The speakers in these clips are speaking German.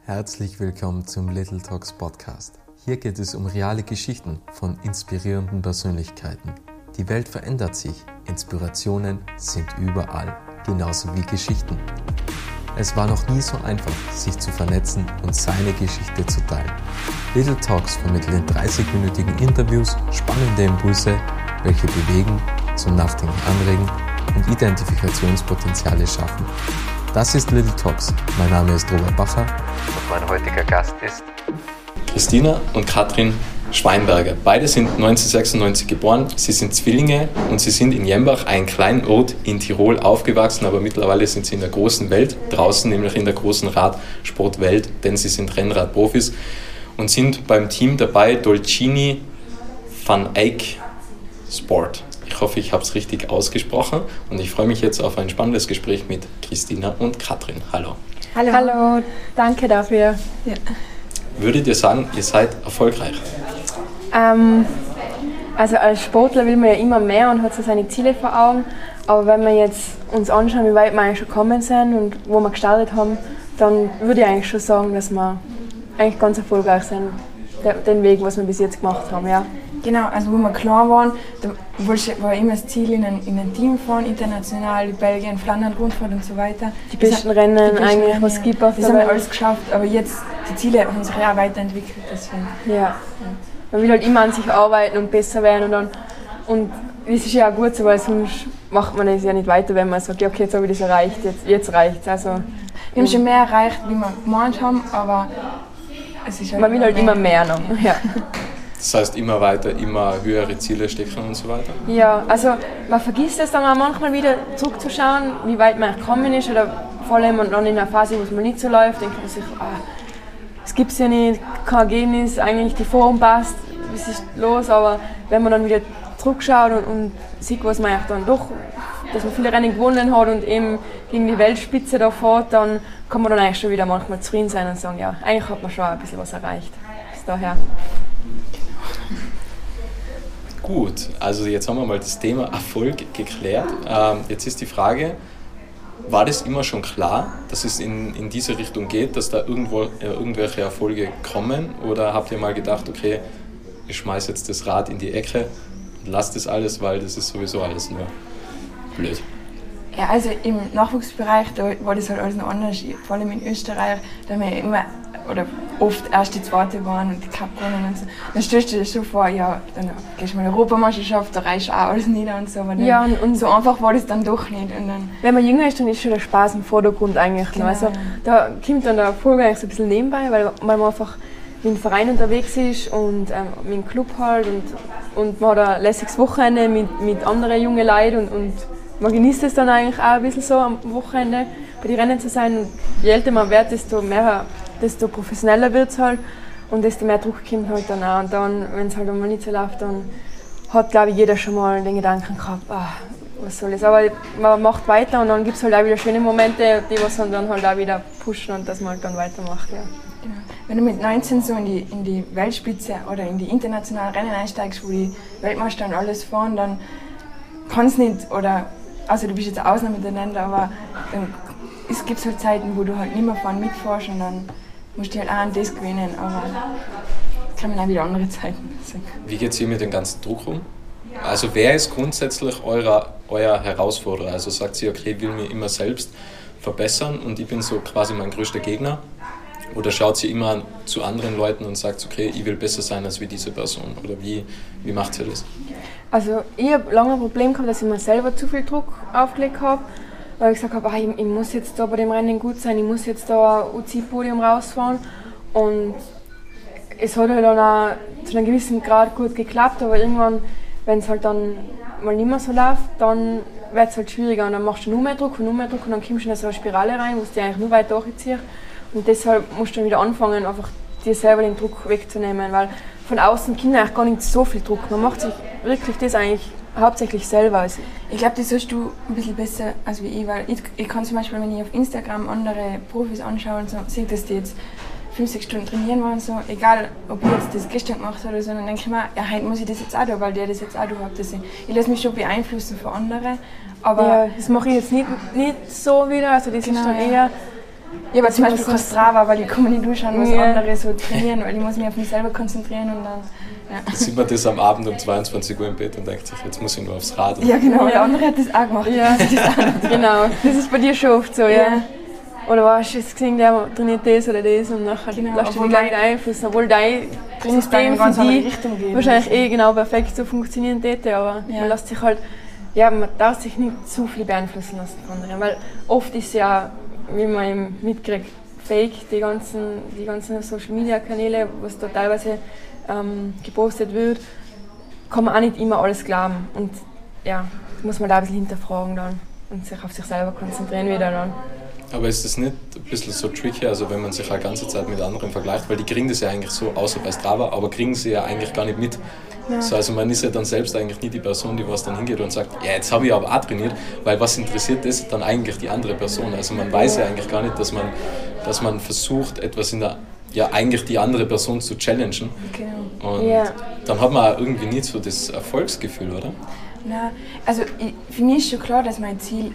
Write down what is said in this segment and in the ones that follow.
Herzlich willkommen zum Little Talks Podcast. Hier geht es um reale Geschichten von inspirierenden Persönlichkeiten. Die Welt verändert sich, Inspirationen sind überall, genauso wie Geschichten. Es war noch nie so einfach, sich zu vernetzen und seine Geschichte zu teilen. Little Talks vermitteln in 30-minütigen Interviews spannende Impulse, welche bewegen, zum Nachdenken anregen und Identifikationspotenziale schaffen. Das ist Little Talks. Mein Name ist Robert Bacher und mein heutiger Gast ist Christina und Katrin Schweinberger. Beide sind 1996 geboren, sie sind Zwillinge und sie sind in Jembach, einem kleinen Ort in Tirol, aufgewachsen, aber mittlerweile sind sie in der großen Welt draußen, nämlich in der großen Radsportwelt, denn sie sind Rennradprofis und sind beim Team dabei Dolcini Van Eyck Sport. Ich hoffe, ich habe es richtig ausgesprochen und ich freue mich jetzt auf ein spannendes Gespräch mit Christina und Katrin. Hallo. Hallo, danke dafür. Ja. Würdet ihr sagen, ihr seid erfolgreich? Also als Sportler will man ja immer mehr und hat so seine Ziele vor Augen. Aber wenn wir jetzt uns anschauen, wie weit wir eigentlich schon gekommen sind und wo wir gestartet haben, dann würde ich eigentlich schon sagen, dass wir eigentlich ganz erfolgreich sind. Den Weg, was wir bis jetzt gemacht haben, ja. Genau, also wo wir klar waren, da war immer das Ziel, in ein Team fahren, international, Belgien, Flandern, Rundfahrt und so weiter. Die besten Rennen eigentlich, was es gibt auf der Welt. Das haben wir alles geschafft, aber jetzt, die Ziele haben sich ja auch weiterentwickelt, deswegen. Ja. Man will halt immer an sich arbeiten und besser werden und das ist ja auch gut so, weil sonst macht man das ja nicht weiter, wenn man sagt, ja, okay, jetzt habe ich das erreicht, jetzt reicht es. Also, wir haben schon mehr erreicht, wie wir gemeint haben, aber es ist halt man will halt immer mehr noch. Ja. Das heißt, immer weiter, immer höhere Ziele stecken und so weiter? Ja, also man vergisst es dann auch manchmal wieder zurückzuschauen, wie weit man gekommen ist oder vor allem dann in einer Phase, wo es mal nicht so läuft, denkt man sich, es gibt ja nicht, kein Ergebnis, eigentlich die Form passt, was ist los, aber wenn man dann wieder zurückschaut und sieht, was man dann doch, dass man viele Rennen gewonnen hat und eben gegen die Weltspitze da fährt, dann kann man dann eigentlich schon wieder manchmal zufrieden sein und sagen, ja, eigentlich hat man schon ein bisschen was erreicht. Bis daher. Gut, also jetzt haben wir mal das Thema Erfolg geklärt. Jetzt ist die Frage, war das immer schon klar, dass es in diese Richtung geht, dass da irgendwelche Erfolge kommen? Oder habt ihr mal gedacht, okay, ich schmeiße jetzt das Rad in die Ecke und lasse das alles, weil das ist sowieso alles nur blöd? Ja, also im Nachwuchsbereich, da war das halt alles noch anders, vor allem in Österreich, da haben wir immer oder oft erst die zweite waren und die Cup-Rennen und so. Dann stellst du dir schon vor, ja, dann gehst du mal in die Europameisterschaft, da reicht auch alles nieder und so. Aber dann, ja, und so einfach war das dann doch nicht. Und dann, wenn man jünger ist, dann ist schon der Spaß im Vordergrund eigentlich. Genau. Also da kommt dann der Erfolg eigentlich so ein bisschen nebenbei, weil man einfach mit dem Verein unterwegs ist und mit dem Club halt und man hat ein lässiges Wochenende mit anderen jungen Leuten und man genießt es dann eigentlich auch ein bisschen so am Wochenende bei den Rennen zu sein. Und je älter man wird, desto professioneller wird es halt und desto mehr Druck kommt halt dann auch. Und dann, wenn es halt einmal nicht so läuft, dann hat, glaube ich, jeder schon mal den Gedanken gehabt, was soll das. Aber man macht weiter und dann gibt es halt auch wieder schöne Momente, die was dann halt auch wieder pushen und dass man halt dann weitermacht. Ja. Genau. Wenn du mit 19 so in die Weltspitze oder in die internationalen Rennen einsteigst, wo die Weltmeister und alles fahren, dann kann es nicht, oder, also du bist jetzt eine Ausnahme miteinander, aber dann gibt es halt Zeiten, wo du halt nicht mehr fahren mitfährst und dann musst du halt auch an das gewinnen, aber es kommen auch wieder andere Zeiten. Wie geht es hier mit dem ganzen Druck um? Also wer ist grundsätzlich euer Herausforderer? Also sagt sie, okay, ich will mich immer selbst verbessern und ich bin so quasi mein größter Gegner? Oder schaut sie immer zu anderen Leuten und sagt, okay, ich will besser sein als wie diese Person? Oder wie macht sie das? Also ich habe lange ein Problem gehabt, dass ich mir selber zu viel Druck aufgelegt habe. Weil ich gesagt habe, ich muss jetzt da bei dem Rennen gut sein, ich muss jetzt da ein UCI-Podium rausfahren. Und es hat halt dann auch zu einem gewissen Grad gut geklappt, aber irgendwann, wenn es halt dann mal nicht mehr so läuft, dann wird es halt schwieriger und dann machst du nur mehr Druck und dann kommst du in so eine Spirale rein, wo es dich eigentlich nur weiter durchzieht. Und deshalb musst du dann wieder anfangen, einfach dir selber den Druck wegzunehmen, weil von außen kommt eigentlich gar nicht so viel Druck. Man macht sich wirklich das eigentlich hauptsächlich selber. Also ich glaube, das hast du ein bisschen besser als wie ich, weil ich kann zum Beispiel, wenn ich auf Instagram andere Profis anschaue und so, sehe, dass die jetzt 5-6 Stunden trainieren waren, so, egal ob ich jetzt das gestern gemacht habe oder so, dann denke ich mir, ja, heute muss ich das jetzt auch tun, weil der das jetzt auch tun hat. Ich lasse mich schon beeinflussen von anderen, aber ja, das mache ich jetzt nicht so wieder, also das ist dann eher Ja, aber zum Beispiel kein Strava, weil ich kann mir nicht durchschauen, was andere so trainieren, weil ich muss mich auf mich selber konzentrieren und dann... Ja. Dann sieht man das am Abend um 22 Uhr im Bett und denkt sich, jetzt muss ich nur aufs Rad. Ja, genau, der andere hat das auch gemacht. Ja, genau. Das ist bei dir schon oft so, ja. Oder hast du jetzt gesehen, der trainiert das oder das und nachher lässt du dich gleich einflussen, obwohl dein System für dich wahrscheinlich genau perfekt so funktionieren täte, aber man lässt sich halt, man darf sich nicht zu viel beeinflussen lassen von anderen, weil oft ist ja, wie man eben mitkriegt, fake, die ganzen Social-Media-Kanäle, was da teilweise gepostet wird, kann man auch nicht immer alles glauben und muss man da ein bisschen hinterfragen dann und sich auf sich selber konzentrieren wieder dann. Aber ist das nicht ein bisschen so tricky, also wenn man sich eine ganze Zeit mit anderen vergleicht, weil die kriegen das ja eigentlich so, außer bei Strava, aber kriegen sie ja eigentlich gar nicht mit. Ja. So, also man ist ja dann selbst eigentlich nie die Person, die was dann hingeht und sagt, ja, jetzt habe ich aber auch trainiert, weil was interessiert das dann eigentlich die andere Person? Also man weiß ja eigentlich gar nicht, dass man versucht, etwas eigentlich die andere Person zu challengen. Genau. Und dann hat man auch irgendwie nicht so das Erfolgsgefühl, oder? Nein, also für mich ist schon klar, dass mein Ziel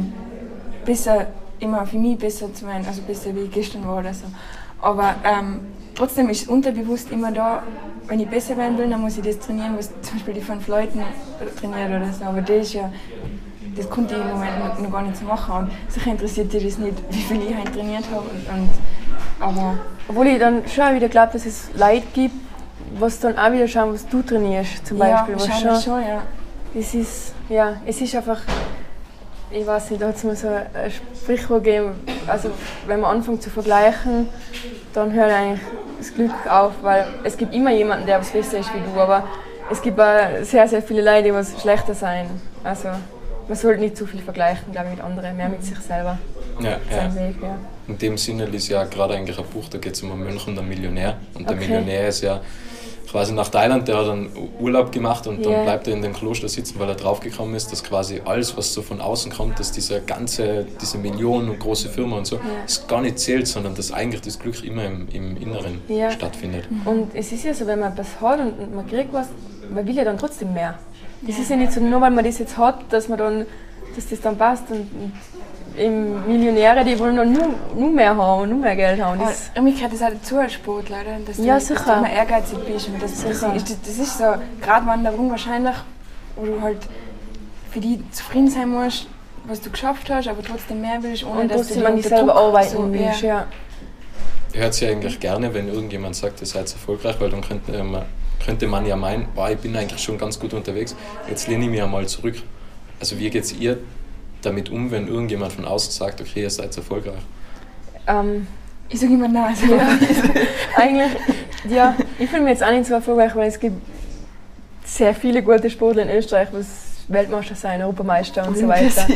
immer für mich besser zu werden, also besser wie ich gestern war oder so. Aber trotzdem ist es unterbewusst immer da, wenn ich besser werden will, dann muss ich das trainieren, was zum Beispiel die 5 Leute trainieren oder so. Aber das konnte ich im Moment noch gar nicht so machen. Und sicher interessiert dich das nicht, wie viel ich heute trainiert habe. Obwohl ich dann schon wieder glaube, dass es Leute gibt, was dann auch wieder schauen, was du trainierst zum Beispiel. Ja, schon, ja. Es ist einfach, ich weiß nicht, da hat es mir so ein Sprichwort gegeben, also wenn man anfängt zu vergleichen, dann hört eigentlich das Glück auf, weil es gibt immer jemanden, der was besser ist wie du, aber es gibt auch sehr, sehr viele Leute, die was schlechter sein. Also man sollte nicht zu viel vergleichen, glaube ich, mit anderen, mehr mit sich selber. Ja. In dem Sinne ist ja gerade eigentlich ein Buch, da geht es um einen Mönch und einen Millionär. Und der Millionär ist ja quasi nach Thailand, der hat einen Urlaub gemacht und dann bleibt er in dem Kloster sitzen, weil er draufgekommen ist, dass quasi alles, was so von außen kommt, dass diese Millionen und große Firma und so, das gar nicht zählt, sondern dass eigentlich das Glück immer im Inneren stattfindet. Und es ist ja so, wenn man etwas hat und man kriegt was, man will ja dann trotzdem mehr. Das ist ja nicht so, nur weil man das jetzt hat, dass das dann passt. Und Millionäre, die wollen dann nur mehr haben und nur mehr Geld haben. Irgendwie gehört das auch dazu als Sportler, dass du immer ehrgeizig bist. Und das ist so Gratwanderung wahrscheinlich, wo du halt für dich zufrieden sein musst, was du geschafft hast, aber trotzdem mehr willst, ohne dass du an dich selber arbeiten willst. Ja. Ich höre es ja eigentlich gerne, wenn irgendjemand sagt, ihr seid erfolgreich, weil dann könnte man ja meinen, ich bin eigentlich schon ganz gut unterwegs, jetzt lehne ich mich einmal zurück. Also wie geht es ihr damit um, wenn irgendjemand von außen sagt, okay, ihr seid erfolgreich? Ich sage immer nein. Also eigentlich, ich fühle mich jetzt auch nicht so erfolgreich, weil es gibt sehr viele gute Sportler in Österreich, was Weltmeister sein, Europameister und so weiter.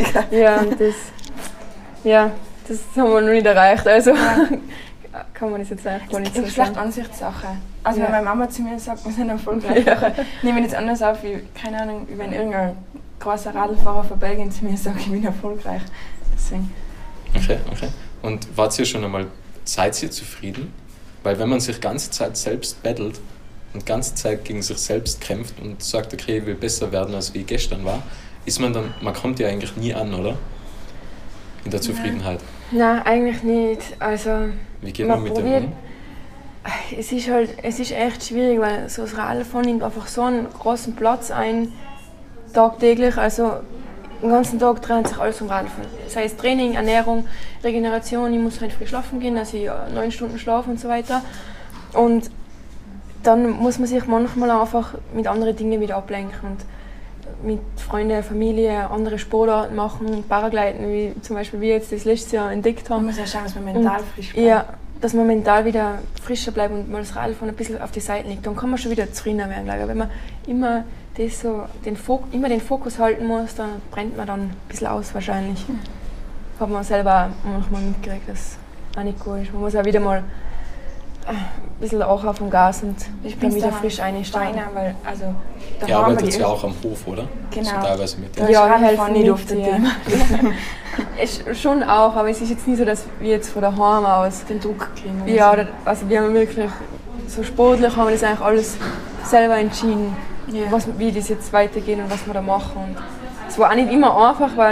Das haben wir noch nicht erreicht, also kann man das jetzt eigentlich gar nicht so sagen. Vielleicht Ansichtssache. Also wenn meine Mama zu mir sagt, wir sind erfolgreich, nehme ich das anders auf, wie, keine Ahnung, wenn irgendein großer Radlfahrer von Belgien zu mir sagt, ich bin erfolgreich. Deswegen. Okay. Und seid ihr zufrieden? Weil wenn man sich ganze Zeit selbst battelt und ganze Zeit gegen sich selbst kämpft und sagt, okay, ich will besser werden, als wie ich gestern war, man kommt ja eigentlich nie an, oder? In der Zufriedenheit. Nein, eigentlich nicht. Also, wie geht man mit dem um? Es ist echt schwierig, weil so das Radfahren nimmt einfach so einen großen Platz ein, tagtäglich. Also den ganzen Tag dreht sich alles um Radfahren. Sei es Training, Ernährung, Regeneration, ich muss halt früh schlafen gehen, also ich 9 Stunden schlafen und so weiter. Und dann muss man sich manchmal einfach mit anderen Dingen wieder ablenken und mit Freunden, Familie, andere Sportarten machen, Paragliden, wie zum Beispiel wir jetzt das letztes Jahr entdeckt haben. Man muss ja schauen, dass man mental frisch bleibt. Ja, dass man mental wieder frischer bleibt und mal das Radfahren ein bisschen auf die Seite legt. Dann kann man schon wieder zufriedener werden, glaube ich. Wenn man immer den Fokus halten muss, dann brennt man dann ein bisschen aus wahrscheinlich. Hat man selber manchmal mitgekriegt, dass auch nicht gut ist. Man muss auch wieder mal ein bisschen auch auf dem Gas und dann wieder frisch einsteigen. Weil, also, ihr arbeitet ja auch am Hof, oder? Genau. So teilweise mit ja, wir helfen nicht auf das Thema. Schon auch, aber es ist jetzt nicht so, dass wir jetzt von daheim aus den Druck kriegen. Ja, also wir haben wirklich so sportlich haben wir das eigentlich alles selber entschieden, wie das jetzt weitergeht und was wir da machen. Und es war auch nicht immer einfach, weil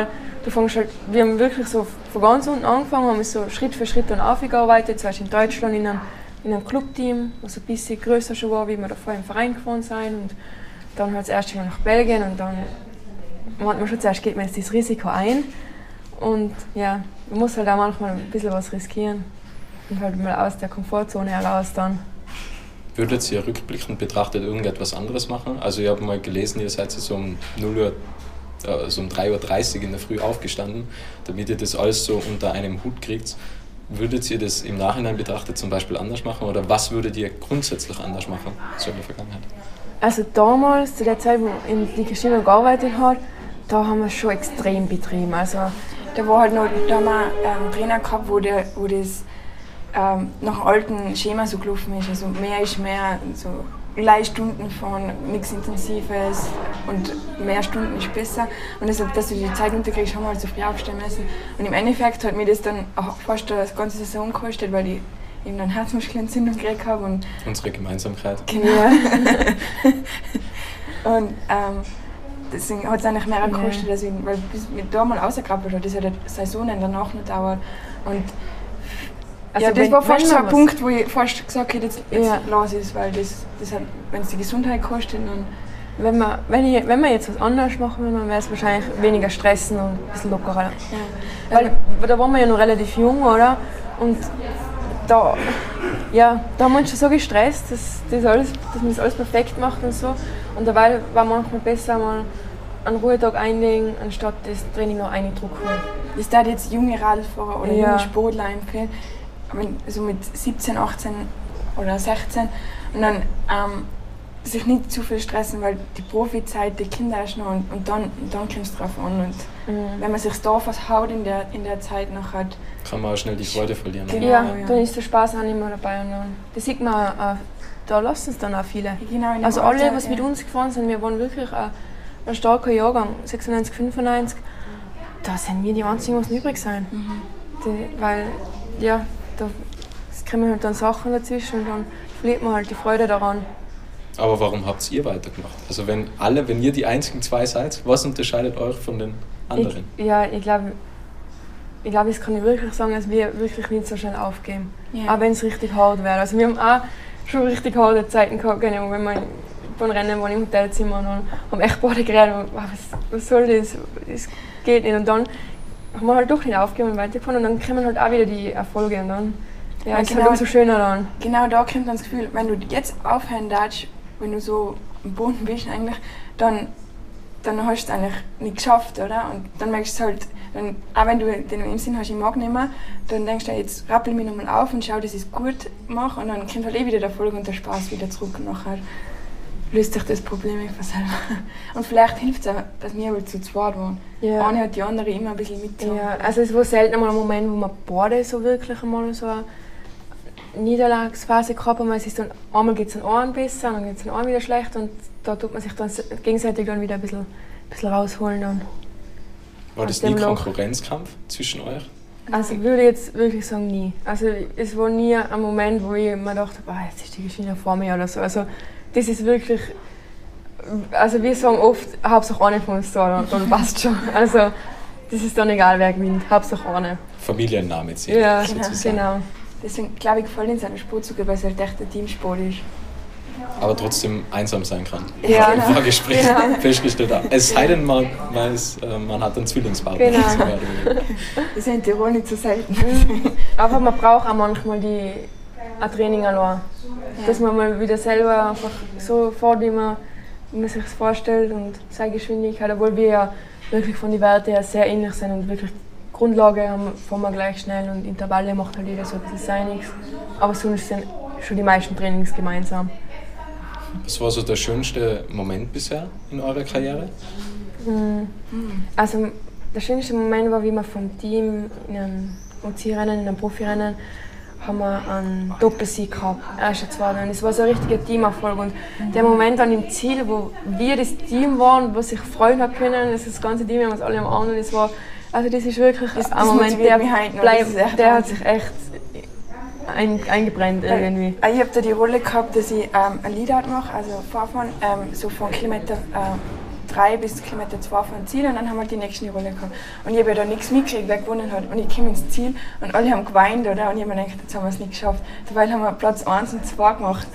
du fängst halt, wir haben wirklich so von ganz unten angefangen, haben uns so Schritt für Schritt dann aufgearbeitet. Zuerst in Deutschland in einem Clubteam, was ein bisschen größer schon war, wie wir davor im Verein gefahren sind. Und dann halt das erste Mal nach Belgien und dann meint man schon zuerst, geht man jetzt dieses Risiko ein. Und ja, man muss halt auch manchmal ein bisschen was riskieren und halt mal aus der Komfortzone heraus dann. Würdet ihr rückblickend betrachtet irgendetwas anderes machen? Also ich habe mal gelesen, ihr seid so um 3:30 Uhr in der Früh aufgestanden, damit ihr das alles so unter einem Hut kriegt. Würdet ihr das im Nachhinein betrachtet zum Beispiel anders machen oder was würdet ihr grundsätzlich anders machen, so in der Vergangenheit? Also damals, zu der Zeit, wo die Christina gearbeitet hat, da haben wir es schon extrem betrieben. Also, da war halt noch, da haben wir einen Trainer gehabt, wo das nach dem alten Schema so gelaufen ist. Also mehr ist mehr, so Leihstunden von nichts Intensives und mehr Stunden ist besser. Und deshalb, dass du die Zeit unterkriegst, haben wir halt so früh aufstehen müssen. Und im Endeffekt hat mir das dann auch fast eine ganze Saison gekostet, weil ich eben dann Herzmuskelentzündung gekriegt habe. Und unsere Gemeinsamkeit. Genau. Und deswegen hat es eigentlich mehr gekostet, weil bis wir da mal rausgekrabbelt hat, das hat die Saison danach noch gedauert. Und also ja, das war fast so ein Punkt, wo ich fast gesagt habe, jetzt lass es, weil das hat, wenn es die Gesundheit kostet, dann... Wenn wir jetzt was anderes machen würden, dann wäre es wahrscheinlich weniger stressen und ein bisschen lockerer. Ja. Weil da waren wir ja noch relativ jung, oder? Und da haben wir uns schon so gestresst, dass man das alles perfekt macht und so. Und dabei war manchmal besser mal einen Ruhetag einlegen, anstatt das Training noch eindrucken. Das darf jetzt junge Radfahrer oder junge Sportler empfehlen, so mit 17, 18 oder 16 und dann sich nicht zu viel stressen, weil die Profizeit, die Kinder ist noch und dann kommt es drauf an. Und wenn man sich da verhaut in der Zeit noch hat, kann man auch schnell die Freude verlieren. Genau, ja, dann ist der Spaß auch nicht mehr dabei. Und dann, das sieht man auch, da lassen es dann auch viele. Genau, also alle, was mit uns gefahren sind, wir waren wirklich ein starker Jahrgang, 96, 95. Da sind wir die Einzigen, was übrig sind. Weil, ja, da kommen halt dann Sachen dazwischen und dann verliert man halt die Freude daran. Aber warum habt ihr weitergemacht? Also wenn ihr die einzigen zwei seid, was unterscheidet euch von den anderen? Ich glaube, das kann ich wirklich sagen, dass wir wirklich nicht so schnell aufgeben. Ja. Auch wenn es richtig hart wäre. Also wir haben auch schon richtig harte Zeiten gehabt, genau, wenn wir beim Rennen waren im Hotelzimmer und haben echt beide geredet, was soll das? Das geht nicht. Und dann haben wir halt doch nicht aufgegeben und weitergefahren und dann kommen halt auch wieder die Erfolge und dann ist genau, halt umso schöner dann. Genau, da kommt dann das Gefühl, wenn du jetzt aufhören darfst, wenn du so am Boden bist eigentlich, dann hast du es eigentlich nicht geschafft, oder? Und dann merkst du halt, auch wenn du den im Sinn hast, ich mag nicht mehr, dann denkst du, jetzt rappel mich nochmal auf und schau, dass ich es gut mache und dann kommt halt wieder der Erfolg und der Spaß wieder zurück und nachher löst sich das Problem einfach selber. Und vielleicht hilft es auch, dass wir halt zu zweit waren. Ja. Eine hat die andere immer ein bisschen mit. Ja, also es war selten einmal ein Moment, wo wir beide so wirklich einmal so eine Niederlagsphase gehabt haben. Es ist dann, einmal geht es den einen besser, dann geht es den einen wieder schlecht und da tut man sich dann gegenseitig dann wieder ein bisschen rausholen. Dann. War das nie Konkurrenzkampf zwischen euch? Also ich würde jetzt wirklich sagen, nie. Also es war nie ein Moment, wo ich mir dachte, jetzt ist die Geschichte vor mir oder so. Also das ist wirklich, also wir sagen oft, Hauptsache eine von uns da, dann passt schon. Also das ist dann egal, wer gewinnt, Hauptsache eine. Familienname zählt. Ja, genau. Deswegen glaube ich, gefällt uns eine Sportzuge, weil es halt echt ein Teamsport ist. Aber trotzdem einsam sein kann. Ja, im Vorgespräch festgestellt habe. Es sei denn, man hat einen Zwillingspartner. Genau. Das ist in Tirol nicht so selten. Aber man braucht auch manchmal ein Training allein. Dass man mal wieder selber einfach so fährt, wie man sich das vorstellt und seine Geschwindigkeit, obwohl wir ja wirklich von den Werten her sehr ähnlich sind und wirklich Grundlage fahren wir gleich schnell und Intervalle macht halt jeder so ein bisschen seiniges. Aber sonst sind schon die meisten Trainings gemeinsam. Was war so der schönste Moment bisher in eurer Karriere? Also der schönste Moment war, wie wir vom Team in einem UCI-Rennen, in einem Profirennen, haben wir einen Doppelsieg gehabt, erster, zweiter. Und es war so ein richtiger Teamerfolg. Und der Moment dann im Ziel, wo wir das Team waren, wo sich freuen haben können, das ganze Team, wir haben uns alle am Arm und das war, also das ist wirklich ein Moment, der hat sich echt eingebrennt irgendwie. Ich habe da die Rolle gehabt, dass ich ein Leadout mache, also Fahrfahren, so von Kilometer 3 bis Kilometer 2 vom Ziel und dann haben wir die nächsten die Rolle gehabt. Und ich habe ja da nichts mitgekriegt, wer gewonnen hat. Und ich komme ins Ziel und alle haben geweint, oder? Und ich habe mir gedacht, jetzt haben wir es nicht geschafft. Dabei haben wir Platz 1 und 2 gemacht.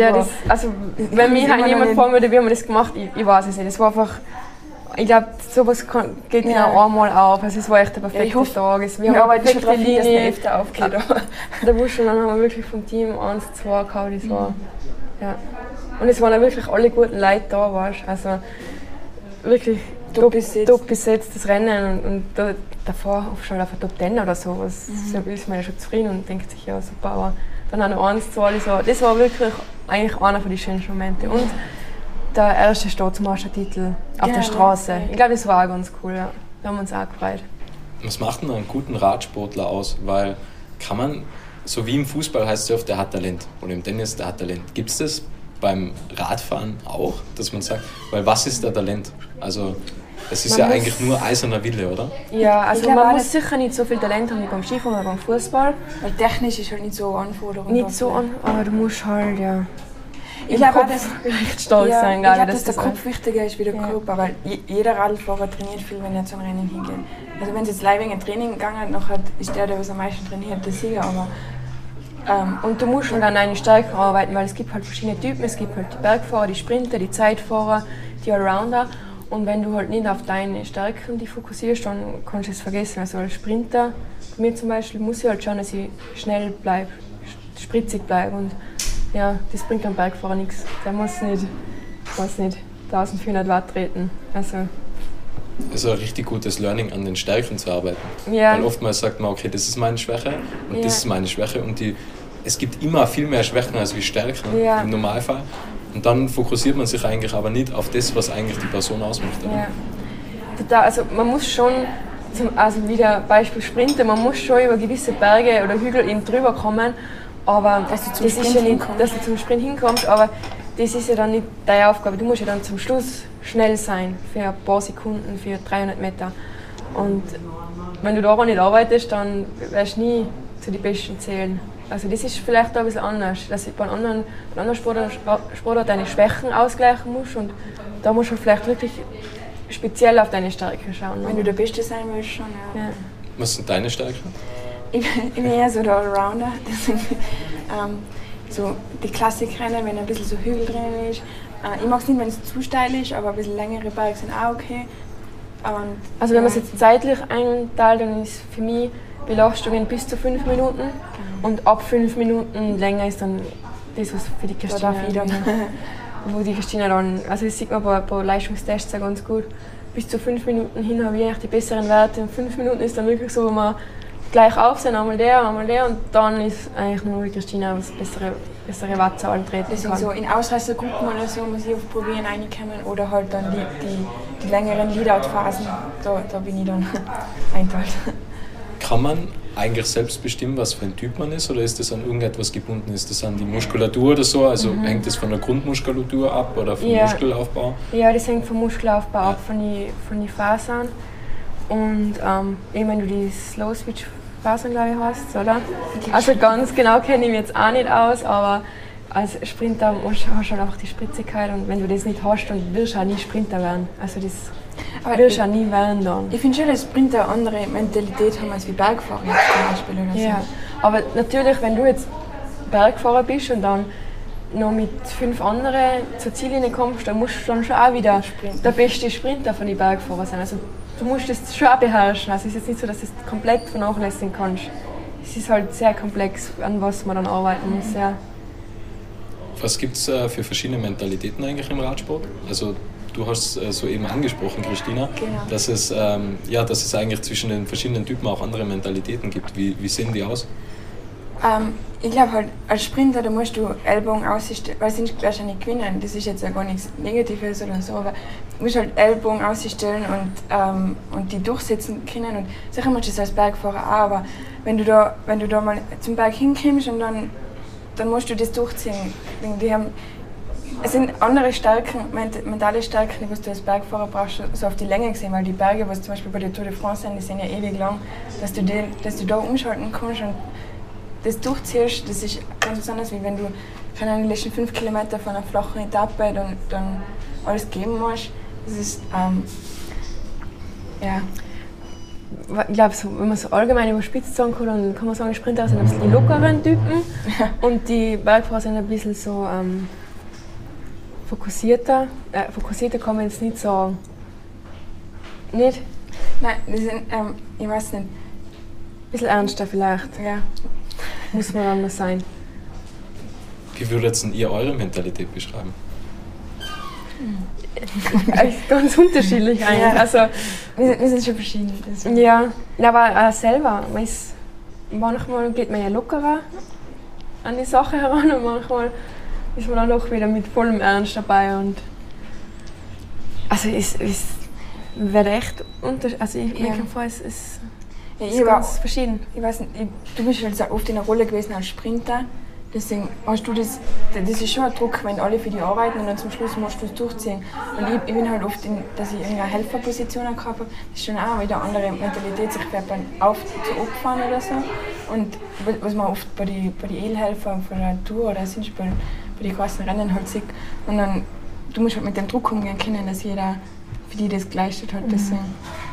Wenn mich jemand fragen würde, wie haben wir das gemacht, ich weiß es nicht. Das war einfach, ich glaube, sowas geht genau einmal auf. Also es war echt der perfekte Tag. Wir haben eine perfekte Linie. Der Busch und dann haben wir wirklich vom Team 1, 2 gehabt. Das war, ja. Und es waren auch wirklich alle guten Leute da, weißt. Also wirklich top besetztes Rennen und davor schon auf der Top 10 oder sowas. Da ist man ja schon zufrieden und denkt sich, ja super, aber dann auch noch 1, 2, das war wirklich eigentlich einer der schönsten Momente. Und der erste Staatsmeistertitel auf der Straße. Ich glaube, das war auch ganz cool, ja. Da haben wir uns auch gefreut. Was macht denn einen guten Radsportler aus? Weil kann man, so wie im Fußball heißt es oft, der hat Talent, oder im Tennis, der hat Talent. Gibt es das beim Radfahren auch, dass man sagt, weil was ist der Talent? Also es ist man eigentlich nur eiserner Wille, oder? Ja, also man muss sicher nicht so viel Talent haben wie beim Skifahren oder beim Fußball. Weil technisch ist halt nicht so Anforderung. Nicht so aber du musst halt, ja, ich glaube auch, dass recht stark sein. Ich glaube, dass der Kopf wichtiger ist wie der Körper, weil jeder Radfahrer trainiert viel, wenn er zu einem Rennen hingeht. Also wenn es jetzt live wegen Training gegangen hat, ist der was am meisten trainiert, der Sieger, aber und du musst halt an deine Stärken arbeiten, weil es gibt halt verschiedene Typen. Es gibt halt die Bergfahrer, die Sprinter, die Zeitfahrer, die Allrounder. Und wenn du halt nicht auf deine Stärken die fokussierst, dann kannst du es vergessen. Also als Sprinter, bei mir zum Beispiel, muss ich halt schauen, dass ich schnell bleibe, spritzig bleibe. Und ja, das bringt einem Bergfahrer nichts. Der muss nicht 1400 Watt treten. Also ein richtig gutes Learning, an den Stärken zu arbeiten. Ja. Weil oftmals sagt man, okay, das ist meine Schwäche und das ist meine Schwäche. Und es gibt immer viel mehr Schwächen als wie Stärken im Normalfall. Und dann fokussiert man sich eigentlich aber nicht auf das, was eigentlich die Person ausmacht. Ja. Total, also man muss schon, also wieder Beispiel Sprinten, man muss schon über gewisse Berge oder Hügel eben drüber kommen, aber das ist ja nicht, dass du zum Sprint hinkommst, aber das ist ja dann nicht deine Aufgabe. Du musst ja dann zum Schluss schnell sein, für ein paar Sekunden, für 300 Meter. Und wenn du daran nicht arbeitest, dann wirst du nie zu den Besten zählen. Also das ist vielleicht ein bisschen anders, dass du bei einem anderen Sportart deine Schwächen ausgleichen musst und da musst du vielleicht wirklich speziell auf deine Stärken schauen. Wenn du der Beste sein willst, schon, ja. Was sind deine Stärken? Ich bin eher so der Allrounder. So die Klassikrennen, wenn ein bisschen so Hügel drin ist. Ich mag es nicht, wenn es zu steil ist, aber ein bisschen längere Berge sind auch okay. Also wenn man es jetzt zeitlich einteilt, dann ist für mich Belastungen bis zu 5 Minuten. Und ab 5 Minuten länger ist dann das, was für die Christina wo die Christina dann, also das sieht man bei Leistungstests auch ganz gut, bis zu 5 Minuten hin habe ich eigentlich die besseren Werte. 5 Minuten ist dann wirklich so, wo man gleich aufsehen, einmal der und dann ist eigentlich nur die Christina, was bessere Wattzahlen treten kann. Deswegen so in Ausreißergruppen oder so muss ich oft probieren reinkommen oder halt dann die längeren Leadout-Phasen, da bin ich dann einteilt. Kann man eigentlich selbst bestimmen, was für ein Typ man ist, oder ist das an irgendetwas gebunden? Ist das an die Muskulatur oder so? Also hängt das von der Grundmuskulatur ab oder vom Muskelaufbau? Ja, das hängt vom Muskelaufbau ab, von den Fasern. Und wenn du die Slow-Switch-Fasern, glaube ich, hast, oder? Also ganz genau kenne ich mich jetzt auch nicht aus, aber als Sprinter hast du halt einfach die Spritzigkeit und wenn du das nicht hast, dann wirst du auch nie Sprinter werden. Also das wirst du auch nie werden dann. Ich finde schon, dass Sprinter eine andere Mentalität haben als wie Bergfahrer zum Beispiel oder so. Ja, aber natürlich, wenn du jetzt Bergfahrer bist und dann noch mit 5 anderen zur Ziellinie kommst, dann musst du dann schon auch wieder der beste Sprinter von den Bergfahrern sein. Also du musst das schon auch beherrschen. Also es ist jetzt nicht so, dass du es komplett vernachlässigen kannst. Es ist halt sehr komplex, an was man dann arbeiten muss. Ja. Was gibt es für verschiedene Mentalitäten eigentlich im Radsport? Also du hast es soeben angesprochen, Christina, dass es eigentlich zwischen den verschiedenen Typen auch andere Mentalitäten gibt. Wie sehen die aus? Ich glaube halt, als Sprinter, da musst du Ellbogen ausstellen, weil sonst wirst du nicht gewinnen. Das ist jetzt ja gar nichts Negatives oder so, aber du musst halt Ellbogen ausstellen und die durchsetzen können. Und sicher musst du das als Bergfahrer auch, aber wenn du da mal zum Berg hinkommst und dann musst du das durchziehen. Es sind andere Stärken, mentale Stärken, die du als Bergfahrer brauchst, so auf die Länge gesehen, weil die Berge, was zum Beispiel bei der Tour de France sind, die sind ja ewig lang, dass du da umschalten kannst und das durchziehst, das ist ganz besonders, wie wenn du die letzten 5 Kilometer von einer flachen Etappe dann alles geben musst. Das ist, ja. Ich glaube, so, wenn man so allgemein über Spitze sagen kann, dann kann man sagen, die Sprinter sind ein bisschen die lockeren Typen und die Bergfahrer sind ein bisschen so fokussierter. Fokussierter kann man jetzt nicht sagen. Nicht? Nein, die sind, ich weiß nicht. Ein bisschen ernster vielleicht. Ja. Muss man anders sein. Wie würdet ihr eure Mentalität beschreiben? Ganz unterschiedlich eigentlich. Ja. Also, Wir sind schon verschieden. ja, aber selber. Manchmal geht man ja lockerer an die Sache heran und manchmal ist man dann doch wieder mit vollem Ernst dabei. Und also es wird echt unterschiedlich. Also ich merke vor, es ist ganz verschieden. Ich weiß nicht, du bist halt so oft in einer Rolle gewesen als Sprinter. Deswegen hast du das ist schon ein Druck, wenn alle für dich arbeiten und dann zum Schluss musst du es durchziehen. Und ich bin halt oft, dass ich in einer Helferposition gehabt habe, das ist schon auch wieder eine andere Mentalität, sich zu opfern oder so. Und was man oft bei den Edelhelfern von der Tour oder sonst bei den großen Rennen halt sieht. Und dann, du musst halt mit dem Druck umgehen können, dass jeder für dich das geleistet hat. Deswegen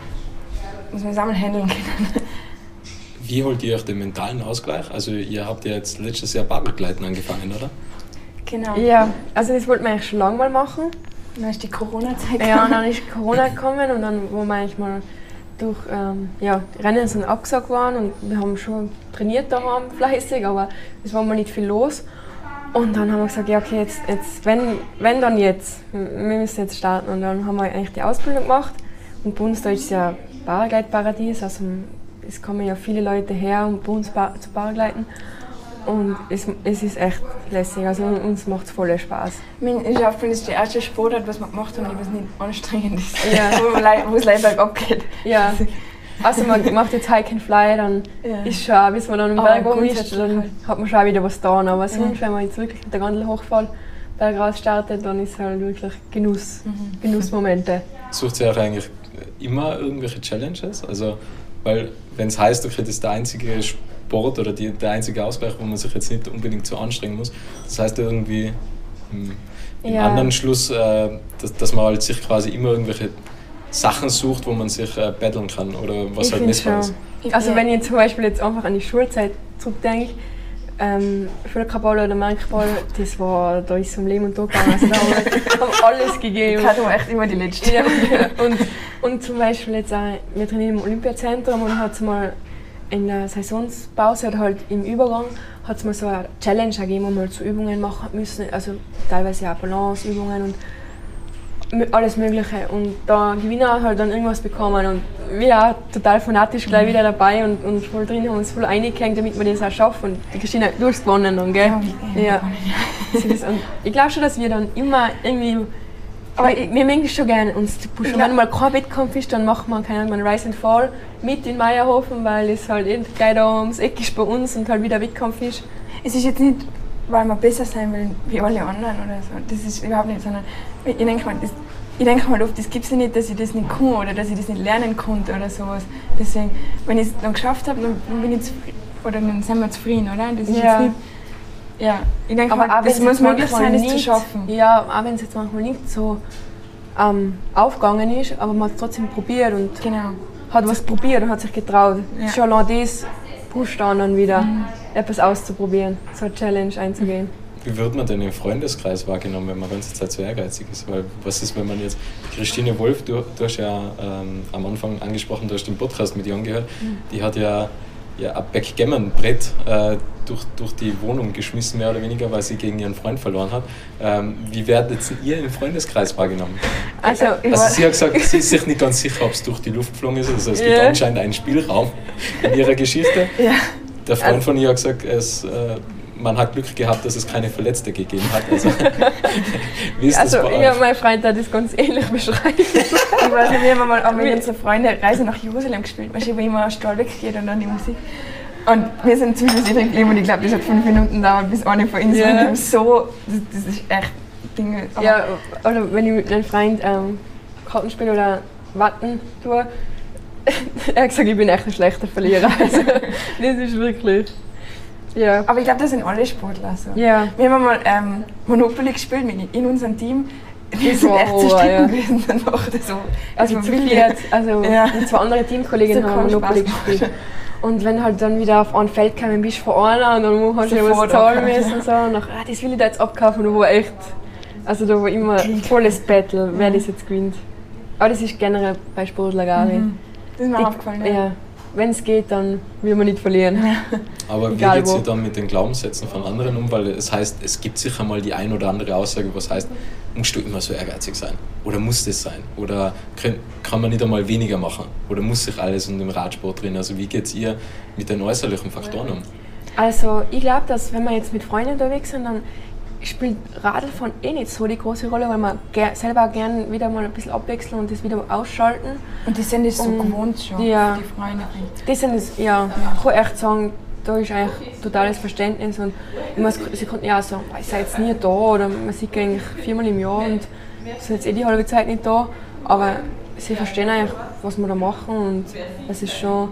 muss man es einmal handeln können. Wie holt ihr euch den mentalen Ausgleich? Also ihr habt ja jetzt letztes Jahr Bargleiten angefangen, oder? Genau. Ja, also das wollten wir eigentlich schon lange mal machen. Dann ist die Corona-Zeit gekommen. Ja, und dann ist Corona gekommen und dann, wo wir eigentlich mal durch, die Rennen sind abgesagt worden und wir haben schon trainiert daheim fleißig, aber es war mal nicht viel los. Und dann haben wir gesagt, ja okay, jetzt wenn dann jetzt, wir müssen jetzt starten. Und dann haben wir eigentlich die Ausbildung gemacht und bei uns da ist es ja Paragleitparadies, also es kommen ja viele Leute her, um bei uns zu Paragleiten. Und es ist echt lässig, also uns macht es voll Spaß. Ich finde, das ist die erste Sportart, was wir gemacht haben, die was nicht anstrengend ist, ja. wo es leider bergab geht. Ja. Also man macht jetzt Hike and Fly, dann ist schon auch, bis man dann im Berg oben ist, dann hat man schon auch wieder was da. Aber sonst, wenn man jetzt wirklich mit der Gondel hochfällt, Berg raus startet, dann ist es halt wirklich Genussmomente. Sucht ihr auch eigentlich immer irgendwelche Challenges? Also, weil wenn es heißt, okay, das ist der einzige Sport oder der einzige Ausgleich, wo man sich jetzt nicht unbedingt so anstrengen muss, das heißt ja irgendwie im anderen Schluss, dass man halt sich quasi immer irgendwelche Sachen sucht, wo man sich battlen kann oder was halt messbar ist. Also wenn ich zum Beispiel jetzt einfach an die Schulzeit zurückdenke, Völkerball oder Merkball, da ist es um Leben und Tod gegangen. Also da haben wir alles gegeben. Das war echt immer die Letzte. Ja. Und zum Beispiel jetzt auch, wir trainieren im Olympiazentrum und hat es mal in der Saisonspause oder halt im Übergang hat es mal so eine Challenge gegeben, wo wir halt so Übungen machen müssen, also teilweise auch Balanceübungen und alles Mögliche. Und da Gewinner halt dann irgendwas bekommen und wir auch total fanatisch gleich wieder dabei und voll drin haben uns voll eingehängt, damit wir das auch schaffen. Und die Christina hat durchgewonnen dann, gell? Ja. Und ich glaube schon, dass wir dann immer irgendwie. Aber wir mögen das schon gerne uns zu pushen. Wenn mal kein Wettkampf ist, dann machen wir einen Rise and Fall mit in Meierhofen, weil es halt gleich da ums Eck ist bei uns und halt wieder Wettkampf ist. Es ist jetzt nicht, weil wir besser sein wollen wie alle anderen oder so. Das ist überhaupt nicht, sondern ich denke mal oft, das gibt es nicht, dass ich das nicht kann oder dass ich das nicht lernen konnte oder sowas. Deswegen, wenn ich es dann geschafft habe, dann bin ich zufrieden, oder dann sind wir zufrieden, oder? Das ist jetzt nicht, ja, ich denke mal, das muss möglich sein, das zu schaffen. Ja, auch wenn es jetzt manchmal nicht so aufgegangen ist, aber man hat es trotzdem probiert und hat was probiert und hat sich getraut. Ja. Schon allein das pusht dann wieder, etwas auszuprobieren, so eine Challenge einzugehen. Wie wird man denn im Freundeskreis wahrgenommen, wenn man die ganze Zeit so ehrgeizig ist? Weil was ist, wenn man jetzt, Christine Wolf, du hast ja am Anfang angesprochen, du hast den Podcast mit ihr angehört, die hat ja ein Backgammon-Brett durch die Wohnung geschmissen, mehr oder weniger, weil sie gegen ihren Freund verloren hat. Wie werdet ihr im Freundeskreis wahrgenommen? Also sie hat gesagt, sie ist sich nicht ganz sicher, ob es durch die Luft geflogen ist. Also es gibt anscheinend einen Spielraum in ihrer Geschichte. Ja. Der Freund von ihr hat gesagt, man hat Glück gehabt, dass es keine Verletzte gegeben hat. Also, wie ist das bei euch? Mein Freund hat das ganz ähnlich beschrieben. Ich weiß nicht, wir haben mal mit unseren Freunden Reise nach Jerusalem gespielt, weil wo immer ein Stall weggeht und dann die Musik. Und wir sind ziemlich sicher geblieben und ich glaube, das hat 5 Minuten gedauert, bis eine von uns und so, das ist echt Dinge. Ja, oder wenn ich mit einem Freund Kartenspiel oder Watten tue, er hat gesagt, ich bin echt ein schlechter Verlierer. Also, das ist wirklich. Ja. Aber ich glaube, das sind alle Sportler so. Ja. Wir haben mal Monopoly gespielt in unserem Team. Die sind echt zerstritten gewesen danach. Also zu viel jetzt. Also mit 2 anderen Teamkollegen haben wir Monopoly gespielt. Und wenn halt dann wieder auf ein Feld kamen, bist du von einer und dann hast du was zahlen müssen und so. Und dann, das will ich da jetzt abkaufen. Und da war echt, also da war immer volles Battle, wer das jetzt gewinnt. Aber das ist generell bei Sportler gar nicht. Das ist mir aufgefallen, ja. Wenn es geht, dann will man nicht verlieren. Aber wie geht es dann mit den Glaubenssätzen von anderen um? Weil es heißt, es gibt sicher mal die ein oder andere Aussage, was heißt, musst du immer so ehrgeizig sein? Oder muss das sein? Oder kann man nicht einmal weniger machen? Oder muss sich alles um den Radsport drehen? Also wie geht es ihr mit den äußerlichen Faktoren um? Also ich glaube, dass wenn wir jetzt mit Freunden unterwegs sind, dann spielt Radlfahren nicht so die große Rolle, weil wir selber gerne wieder mal ein bisschen abwechseln und das wieder ausschalten. Und die sind das so gewohnt schon, die Freunde. Die sind das, ich kann echt sagen, da ist eigentlich totales Verständnis. Und sie konnten ja auch sagen, ich sei jetzt nie da oder man sieht eigentlich 4-mal im Jahr und sind jetzt die halbe Zeit nicht da. Aber sie verstehen eigentlich, was wir da machen und dass es schon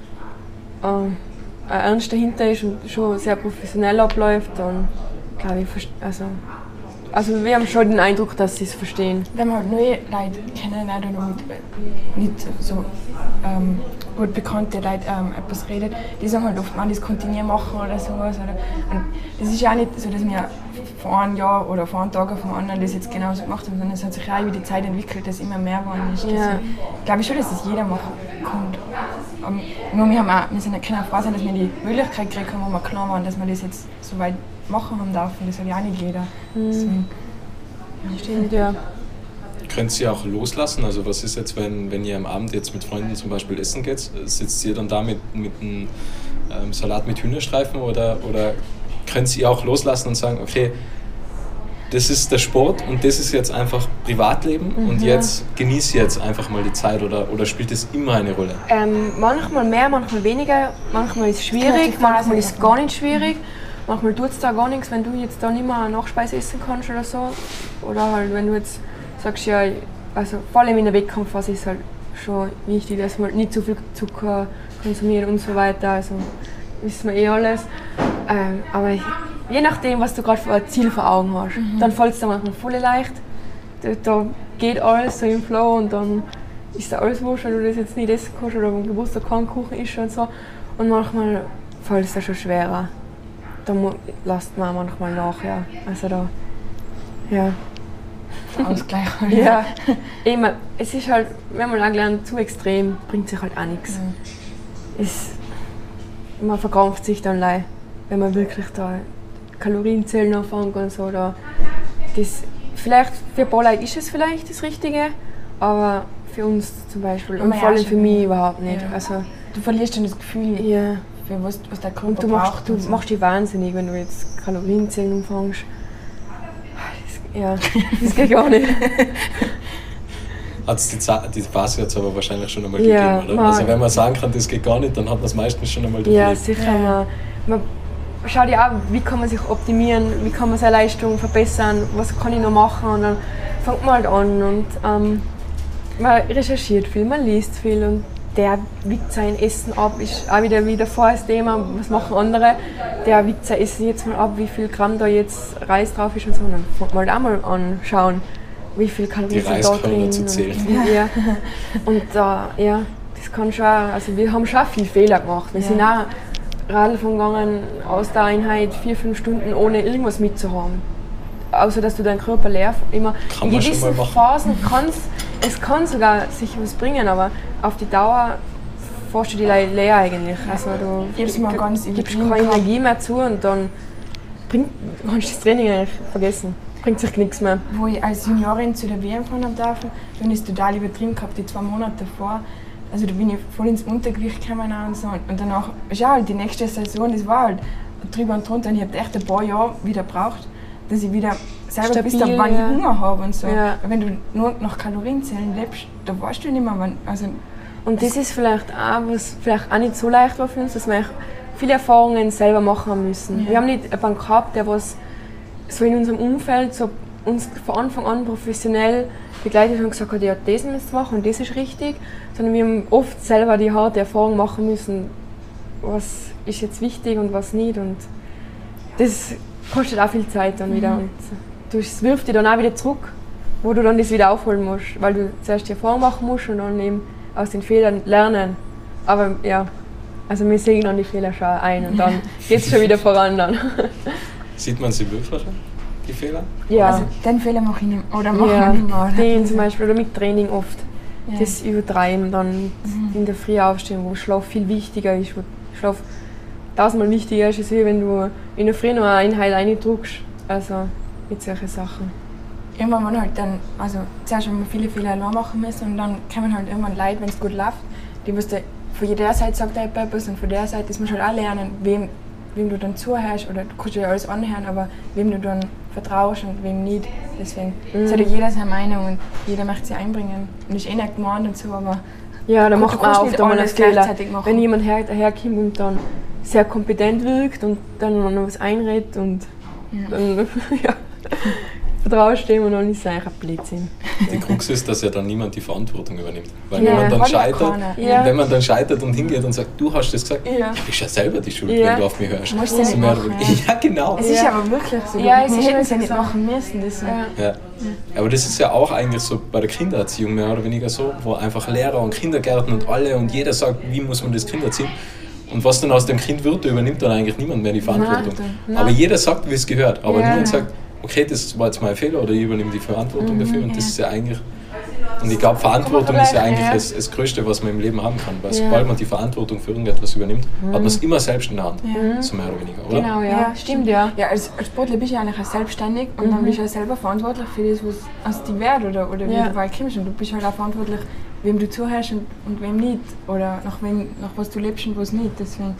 ein Ernst dahinter ist und schon sehr professionell abläuft. Und glaube ich, also wir haben schon den Eindruck, dass sie es verstehen. Wenn man halt neue Leute kennen oder noch mit nicht so gut bekannte Leute etwas redet, die sagen halt oft, man das konnte ich nie machen oder sowas. Und das ist ja auch nicht so, dass wir vor einem Jahr oder vor einem Tag auf dem anderen das jetzt genauso gemacht haben, sondern es hat sich auch über die Zeit entwickelt, dass immer mehr geworden ist. Ja. Ich glaube schon, dass das jeder machen kann. Wir sind können auch froh sein, dass wir die Möglichkeit gekriegt haben, wo wir klar waren, dass wir das jetzt so weit machen haben dürfen. Das hat ja auch nicht jeder. Deswegen, stimmt, ja. Könnt ihr auch loslassen? Also was ist jetzt, wenn ihr am Abend jetzt mit Freunden zum Beispiel essen geht? Sitzt ihr dann da mit einem Salat mit Hühnerstreifen oder könnt ihr auch loslassen und sagen, okay, das ist der Sport und das ist jetzt einfach Privatleben und jetzt genieße jetzt einfach mal die Zeit oder spielt das immer eine Rolle? Manchmal mehr, manchmal weniger, manchmal ist es schwierig, manchmal ist es gar nicht schwierig. Manchmal tut es da gar nichts, wenn du jetzt da nicht mehr Nachspeise essen kannst oder so. Oder halt, wenn du jetzt sagst, ja, also vor allem in der Wettkampfphase ist halt schon wichtig, dass man nicht zu viel Zucker konsumiert und so weiter. Also wissen wir alles. Aber je nachdem, was du gerade für ein Ziel vor Augen hast, dann fällt es dir manchmal voll leicht. Da geht alles so im Flow und dann ist da alles wurscht, wenn du das jetzt nicht essen kannst oder am Geburtstag kein Kuchen isst und so. Und manchmal fällt es dir schon schwerer. Da lässt man manchmal nach, ja. Also da, ja. Ausgleich. Ja. Eben, es ist halt, wenn man auch lernt, zu extrem, bringt sich halt auch nichts. Man verkrampft sich dann leicht, wenn man wirklich da Kalorienzählen anfängt und so. Da, vielleicht für ein paar Leute ist es vielleicht das Richtige, aber für uns zum Beispiel und vor allem für mich überhaupt nicht. Ja. Also, du verlierst dann das Gefühl. Ja. Für was der Körper und du machst dich wahnsinnig, wenn du jetzt Kalorienzählen umfängst. Das geht gar nicht. Die Phase hat es aber wahrscheinlich schon einmal gegeben, oder? Also wenn man sagen kann, das geht gar nicht, dann hat man es meistens schon einmal durchlebt. Ja, sicher. Man schaut ja auch, wie kann man sich optimieren, wie kann man seine Leistung verbessern, was kann ich noch machen und dann fängt man halt an und man recherchiert viel, man liest viel und der wiegt sein Essen ab, ist auch wieder vorher das Thema, was machen andere, der wiegt sein Essen jetzt mal ab, wie viel Gramm da jetzt Reis drauf ist und so, und dann fängt man halt auch mal an schauen, wie viel Kalorien sind da drin. Zu zählen. Und das kann schon, also wir haben schon viel Fehler gemacht, wir sind auch Radlfahren gegangen, Ausdauereinheit, 4-5 Stunden ohne irgendwas mitzuhaben. Außer dass du deinen Körper leer immer kann in gewissen Phasen kann sogar sich was bringen, aber auf die Dauer fährst du die leer eigentlich. Also du gibst keine Energie mehr zu und dann kannst du das Training eigentlich vergessen. Bringt sich nichts mehr. Wo ich als Juniorin zu der WM fahren habe dürfen, dann ist es total übertrieben gehabt, die 2 Monate davor. Also da bin ich voll ins Untergewicht gekommen und so. Und danach, die nächste Saison, das war halt drüber und drunter und ich habe echt ein paar Jahre wieder gebraucht, dass ich wieder selber bis da, wann ich Hunger habe und so. Ja. Wenn du nur nach Kalorienzählen lebst, da weißt du nicht mehr, wann. Also und das ist vielleicht auch, was vielleicht auch nicht so leicht war für uns, dass wir viele Erfahrungen selber machen haben müssen. Ja. Wir haben nicht jemanden gehabt, der was so in unserem Umfeld so uns von Anfang an professionell begleitet und gesagt hat, ja, das müssen wir machen und das ist richtig, sondern wir haben oft selber die harte Erfahrung machen müssen, was ist jetzt wichtig und was nicht. Und das kostet auch viel Zeit dann wieder. Und das wirft dich dann auch wieder zurück wo du dann das wieder aufholen musst, weil du zuerst die Erfahrung machen musst und dann eben aus den Fehlern lernen. Aber ja, also wir sehen dann die Fehler schon ein und dann geht es schon wieder voran dann. Sieht man sie wirklich, die Fehler? Ja. Also den Fehler mache ich nicht oder mache Ja, ich nicht mehr. den zum Beispiel, oder mit Training oft. Ja. Das Übertreiben dann in der Früh aufstehen, wo Schlaf viel wichtiger ist, wo Schlaf tausendmal wichtiger ist, als wenn du in der Früh noch eine Einheit reindrückst. Also mit solchen Sachen. Irgendwann man halt dann, also zuerst haben wir viele Fehler allein machen müssen und dann kommen halt irgendwann Leute, wenn es gut läuft, die was von jeder Seite sagt der etwas und von der Seite, das musst du halt auch lernen, wem du dann zuhörst, oder du kannst dir ja alles anhören, aber wem du dann vertraust und wem nicht. Deswegen es hat ja jeder seine Meinung und jeder möchte sie einbringen. Und ist eh nicht gemeint und so, aber Ja, da macht man kannst oft nicht einmal einen alles Fehler. gleichzeitig machen. Wenn jemand herkommt und dann sehr kompetent wirkt und dann noch was einredet und dann vertraust dem und dann ist es eigentlich ein Blödsinn. Die Krux ist, dass ja dann niemand die Verantwortung übernimmt. Weil Ja. wenn man dann Hat ja scheitert, keiner. Ja. wenn man dann scheitert und hingeht und sagt, du hast das gesagt, Ja. du bist ja selber die Schuld, Ja. wenn du auf mich hörst. Musst du nicht So mehr oder machen, weniger. Ja, genau. es ist aber wirklich so. Ja, es wir ist hätten es wirklich ja nicht so. machen müssen. Deswegen. Ja. Ja. Aber das ist ja auch eigentlich so bei der Kindererziehung mehr oder weniger so, wo einfach Lehrer und Kindergärten und alle und jeder sagt, wie muss man das Kind erziehen. Und was dann aus dem Kind wird, da übernimmt dann eigentlich niemand mehr die Verantwortung. Nein. Aber jeder sagt, wie es gehört. Aber Ja. niemand sagt, okay, das war jetzt mein Fehler oder ich übernehme die Verantwortung dafür. Und das ist ja eigentlich... Und ich glaube, Verantwortung ist ja eigentlich das Größte, was man im Leben haben kann. Weil sobald man die Verantwortung für irgendetwas übernimmt, hat man es immer selbst in der Hand. So mehr oder weniger, oder? Genau, ja. Stimmt, ja. Ja, als Sportler bist du eigentlich auch selbstständig und dann bist du auch selber verantwortlich für das, was aus dir wird oder wie Ja. du weit kommst. Und du bist halt auch verantwortlich, wem du zuhörst und wem nicht. Oder nach was du lebst und was nicht. Deswegen,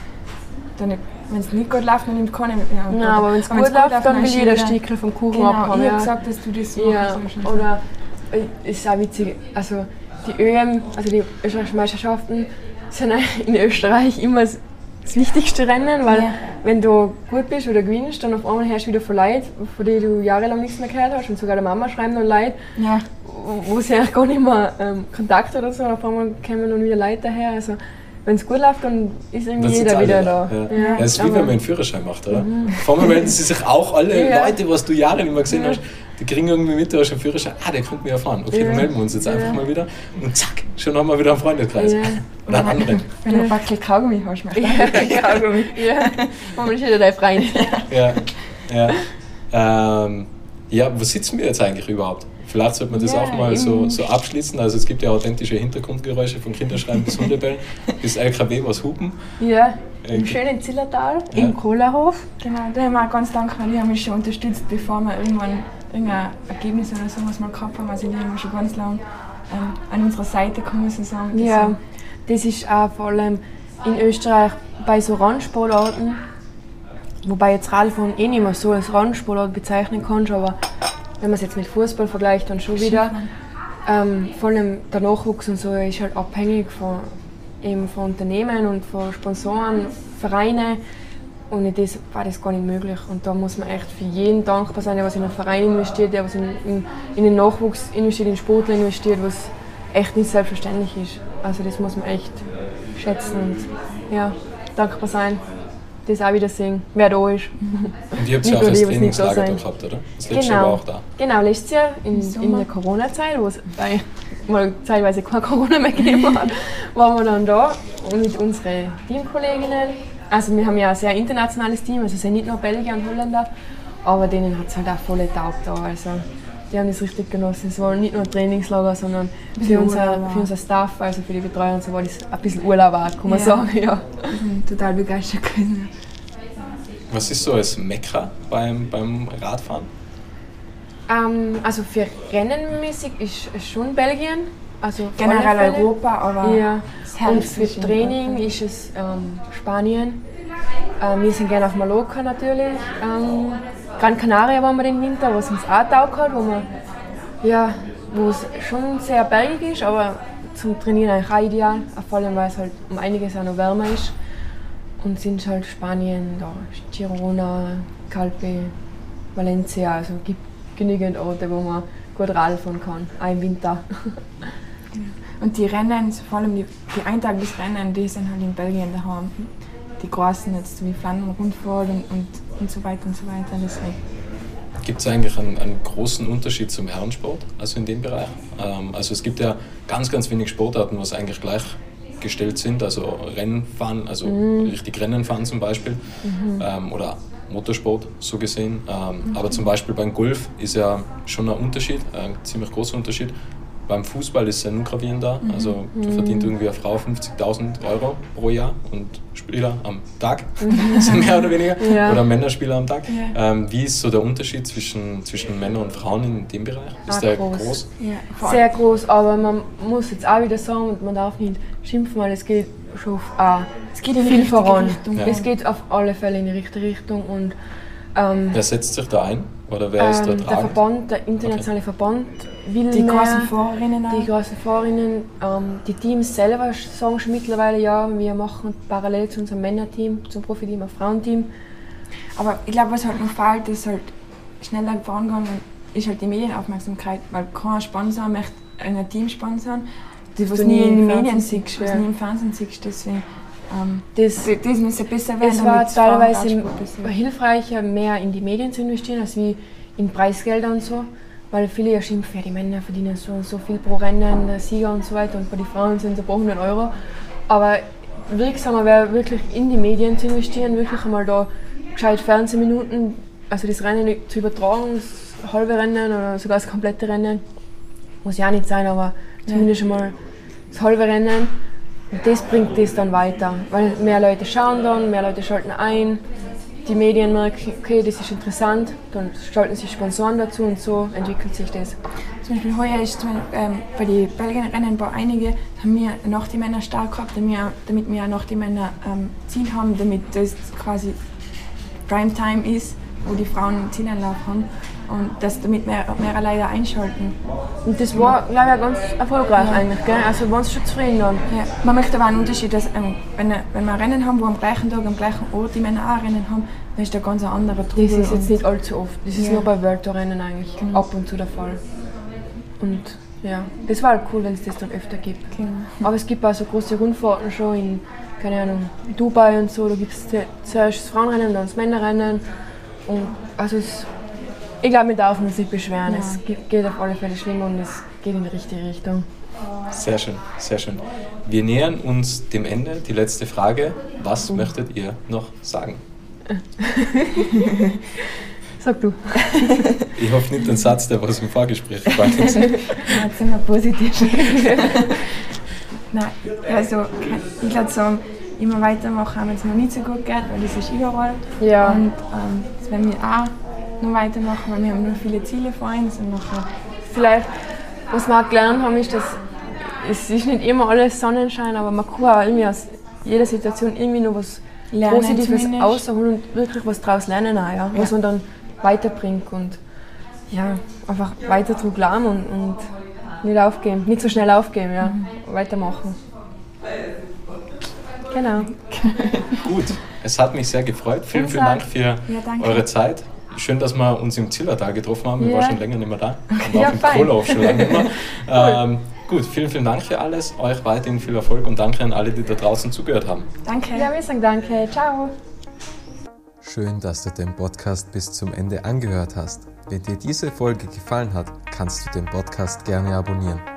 wenn es nicht gut läuft, dann nimmt keiner mit. Ja, Ja, aber wenn es gut läuft, dann will jeder ein Stückchen vom Kuchen Genau, abhaben. ich Ja. habe gesagt, dass du das Ja, machen sollst. oder ist auch witzig, also die ÖM, also die österreichischen Meisterschaften, sind eigentlich in Österreich immer das wichtigste Rennen, weil Ja. wenn du gut bist oder gewinnst, dann auf einmal hörst du wieder von Leuten, von denen du jahrelang nichts mehr gehört hast, und sogar der Mama schreiben dann Leute, Ja. wo sie eigentlich gar nicht mehr Kontakt oder so, und auf einmal kommen dann wieder Leute daher. Also wenn es gut läuft, dann ist irgendwie Dann sind jeder alle wieder da. da. Ja. Ja, es ist wie aber- wenn man einen Führerschein macht, oder? Vor allem melden sie sich auch alle Ja. Leute, was du Jahre nicht mehr gesehen hast, die kriegen irgendwie mit, du hast einen Führerschein, der könnte mich erfahren. Okay, dann melden wir uns jetzt einfach mal wieder und zack, schon haben wir wieder einen Freundeskreis. Ja. Oder einen anderen. Wenn du ein Backel Kaugummi hast, machst du Ja, man ist wieder dein Freund. Ja, ja. Ja, wo sitzen wir jetzt eigentlich überhaupt? Vielleicht sollte man das Ja, auch mal so abschließen. Also es gibt ja authentische Hintergrundgeräusche von Kinderschreien bis Hundebellen, bis LKW was hupen. Ja, im schönen Zillertal, Ja. im Kohlerhof. Genau, da haben wir auch ganz dankbar, die haben mich schon unterstützt, bevor wir irgendwann irgendein Ergebnis oder sowas mal gehabt haben. Also die haben wir schon ganz lange an unserer Seite, kann man so sagen. Das Ja, sind- das ist auch vor allem in Österreich bei so Randsportarten, wobei jetzt Radfahren eh nicht mehr so als Randsportart bezeichnen kannst, aber wenn man es jetzt mit Fußball vergleicht, dann schon wieder. Vor allem der Nachwuchs und so ist halt abhängig von Unternehmen und von Sponsoren, Vereinen. Ohne das war das gar nicht möglich. Und da muss man echt für jeden dankbar sein, der was in einen Verein investiert, der was in den Nachwuchs investiert, in Sportler investiert, was echt nicht selbstverständlich ist. Also das muss man echt schätzen und ja, dankbar sein. Das auch wieder sehen, wer da ist. Und ihr habt ja Nicht auch nur das die, was nicht da Trainingslager da sein. gehabt, oder? Das letzte Jahr war auch da. Genau, letztes Jahr in der Corona-Zeit, wo es eigentlich mal zeitweise kein Corona mehr gegeben hat, waren wir dann da und mit unseren Teamkolleginnen. Also wir haben ja ein sehr internationales Team, also es sind nicht nur Belgier und Holländer, aber denen hat es halt auch voll getaugt da. Also die haben das richtig genossen. Es war nicht nur ein Trainingslager, sondern für unser Staff, also für die Betreuer und so, war das ein bisschen Urlaub auch, kann man sagen. Ja. die sind total begeistert gewesen. Was ist so das Mekka beim Radfahren? Also für Rennenmäßig ist es schon Belgien. Also auf alle Generell Fälle. Europa, aber Ja, das und Herz für ist in Training Europa. ist es Spanien. Wir sind gerne auf Mallorca natürlich. Gran Canaria waren wir den Winter, wo es uns auch getaugt hat, wo es schon sehr bergig ist, aber zum Trainieren eigentlich auch ideal. Vor allem, weil es halt um einiges auch noch wärmer ist. Und sind halt Spanien, da Girona, Calpe, Valencia. Also es gibt genügend Orte, wo man gut Radl fahren kann, auch im Winter. Und die Rennen, vor allem die Eintagesrennen, die sind halt in Belgien daheim. Die großen jetzt wie Flandern Rundfahrt und so weiter und so weiter. Deswegen. Gibt es eigentlich einen großen Unterschied zum Herrensport, also in dem Bereich? Also es gibt ja ganz, ganz wenig Sportarten, was eigentlich gleichgestellt sind, also Rennfahren, also richtig Rennen fahren zum Beispiel, oder Motorsport so gesehen. Aber zum Beispiel beim Golf ist ja schon ein Unterschied, ein ziemlich großer Unterschied. Beim Fußball ist es ja nur gravierender, also da verdient irgendwie eine Frau 50.000 € pro Jahr und Spieler am Tag, so mehr oder weniger, oder Männerspieler am Tag. Ja. Wie ist so der Unterschied zwischen Männern und Frauen in dem Bereich? Ist der groß? Ja, sehr groß, aber man muss jetzt auch wieder sagen, und man darf nicht schimpfen, weil es geht schon es geht viel voran. Ja. Es geht auf alle Fälle in die richtige Richtung. Und, wer setzt sich da ein? Oder wer ist da tragend? Der Verband, der internationale Verband will die mehr. Großen Fahrerinnen die großen Fahrerinnen. Die Teams selber sagen schon mittlerweile, ja, wir machen parallel zu unserem Männerteam, zum Profiteam, ein Frauenteam. Aber ich glaube, was halt noch fehlt, ist halt schneller vorangegangen, ist halt die Medienaufmerksamkeit, weil kein Sponsor möchte ein Team sponsern, was nie in den Medien siehst, was nie im Fernsehen siehst, deswegen das muss ein besser werden. Es war teilweise hilfreicher, mehr in die Medien zu investieren, als wie in Preisgelder und so, weil viele ja schimpfen, ja, die Männer verdienen so und so viel pro Rennen, der Sieger und so weiter, und bei den Frauen sind es ein paar 100 €. Aber wirksamer wäre wirklich in die Medien zu investieren, wirklich einmal da gescheit Fernsehminuten, also das Rennen zu übertragen, das halbe Rennen oder sogar das komplette Rennen, muss ja nicht sein, aber zumindest schon mal das halbe Rennen. Und das bringt das dann weiter, weil mehr Leute schauen dann, mehr Leute schalten ein, die Medien merken, okay, das ist interessant, dann schalten sich Sponsoren dazu und so entwickelt sich das. Zum Beispiel heuer ist bei den Belgien-Rennen bei einigen, haben wir nach die Männer stark gehabt, damit wir auch nach die Männer Ziel haben, damit das quasi Primetime ist, wo die Frauen Zieleinlauf haben. Und damit mehr Leute einschalten. Und das war, glaube ich, ganz erfolgreich eigentlich, gell? Also waren sie schon zufrieden dann. Ja. Man möchte aber einen Unterschied, dass wenn wir ein Rennen haben, wo am gleichen Tag, am gleichen Ort die Männer auch ein Rennen haben, dann ist da ganz ein anderer Trubel. Das ist jetzt nicht allzu oft, das ist nur bei World Tour Rennen eigentlich ab und zu der Fall. Und ja, das war halt cool, wenn es das dann öfter gibt. Genau. Aber es gibt auch so große Rundfahrten schon in, keine Ahnung, Dubai und so, da gibt es zuerst das Frauenrennen, dann das Männerrennen. Und also ich glaube, wir dürfen uns nicht beschweren. Ja. Es geht auf alle Fälle schlimmer und es geht in die richtige Richtung. Sehr schön, sehr schön. Wir nähern uns dem Ende. Die letzte Frage. Was möchtet ihr noch sagen? Sag du. Ich hoffe nicht den Satz, der was im Vorgespräch gefallen ist. Jetzt sind wir positiv. Nein, also ich würde sagen, immer weitermachen, wenn es noch nicht so gut geht, weil das ist überall. Ja. Und das werden wir auch noch weitermachen, weil wir haben noch viele Ziele vor uns. Und vielleicht, was wir auch gelernt haben, ist, dass es ist nicht immer alles Sonnenschein, aber man kann auch irgendwie aus jeder Situation irgendwie noch was lernen, Positives rausholen und wirklich was daraus lernen auch, ja? Was man dann weiterbringt und ja, einfach weiter dran glauben und nicht aufgeben, nicht so schnell aufgeben, ja, weitermachen. Genau. Gut, es hat mich sehr gefreut. Vielen Dank für eure Zeit. Schön, dass wir uns im Zillertal getroffen haben. Ich war schon länger nicht mehr da. Und auch im Kohlhof schon lange nicht mehr. Gut, vielen Dank für alles. Euch weiterhin viel Erfolg und danke an alle, die da draußen zugehört haben. Danke. Ja, wir sagen danke. Ciao. Schön, dass du den Podcast bis zum Ende angehört hast. Wenn dir diese Folge gefallen hat, kannst du den Podcast gerne abonnieren.